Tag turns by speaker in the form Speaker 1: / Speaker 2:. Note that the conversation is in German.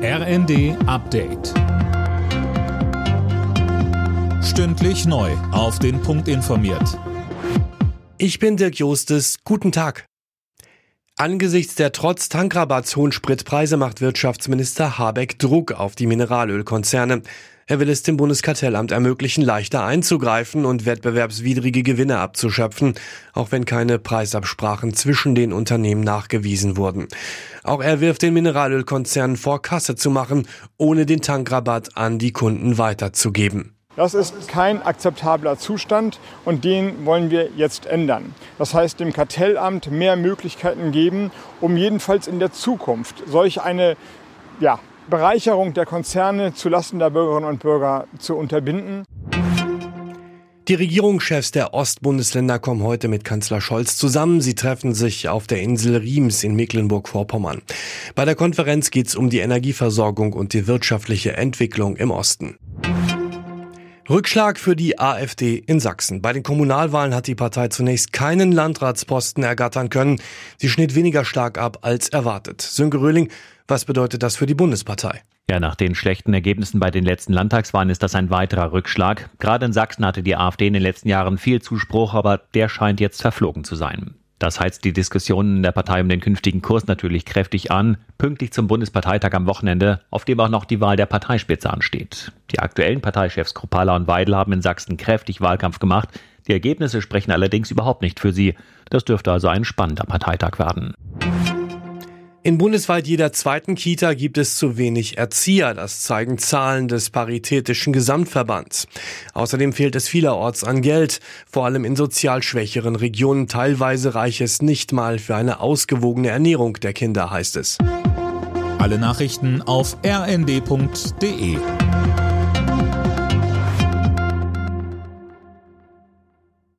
Speaker 1: RND Update. Stündlich neu auf den Punkt informiert.
Speaker 2: Ich bin Dirk Jostes. Guten Tag. Angesichts der trotz Tankrabatts hohen Spritpreise macht Wirtschaftsminister Habeck Druck auf die Mineralölkonzerne. Er will es dem Bundeskartellamt ermöglichen, leichter einzugreifen und wettbewerbswidrige Gewinne abzuschöpfen, auch wenn keine Preisabsprachen zwischen den Unternehmen nachgewiesen wurden. Auch er wirft den Mineralölkonzernen vor, Kasse zu machen, ohne den Tankrabatt an die Kunden weiterzugeben.
Speaker 3: Das ist kein akzeptabler Zustand und den wollen wir jetzt ändern. Das heißt, dem Kartellamt mehr Möglichkeiten geben, um jedenfalls in der Zukunft solch eine Bereicherung der Konzerne zulasten der Bürgerinnen und Bürger zu unterbinden.
Speaker 2: Die Regierungschefs der Ostbundesländer kommen heute mit Kanzler Scholz zusammen. Sie treffen sich auf der Insel Riems in Mecklenburg-Vorpommern. Bei der Konferenz geht es um die Energieversorgung und die wirtschaftliche Entwicklung im Osten. Rückschlag für die AfD in Sachsen. Bei den Kommunalwahlen hat die Partei zunächst keinen Landratsposten ergattern können. Sie schnitt weniger stark ab als erwartet. Sönke Röhling, was bedeutet das für die Bundespartei?
Speaker 4: Ja, nach den schlechten Ergebnissen bei den letzten Landtagswahlen ist das ein weiterer Rückschlag. Gerade in Sachsen hatte die AfD in den letzten Jahren viel Zuspruch, aber der scheint jetzt verflogen zu sein. Das heizt die Diskussionen in der Partei um den künftigen Kurs natürlich kräftig an, pünktlich zum Bundesparteitag am Wochenende, auf dem auch noch die Wahl der Parteispitze ansteht. Die aktuellen Parteichefs Kruppalla und Weidel haben in Sachsen kräftig Wahlkampf gemacht. Die Ergebnisse sprechen allerdings überhaupt nicht für sie. Das dürfte also ein spannender Parteitag werden.
Speaker 2: In bundesweit jeder zweiten Kita gibt es zu wenig Erzieher. Das zeigen Zahlen des Paritätischen Gesamtverbands. Außerdem fehlt es vielerorts an Geld, vor allem in sozial schwächeren Regionen. Teilweise reiche es nicht mal für eine ausgewogene Ernährung der Kinder, heißt es.
Speaker 1: Alle Nachrichten auf rnd.de.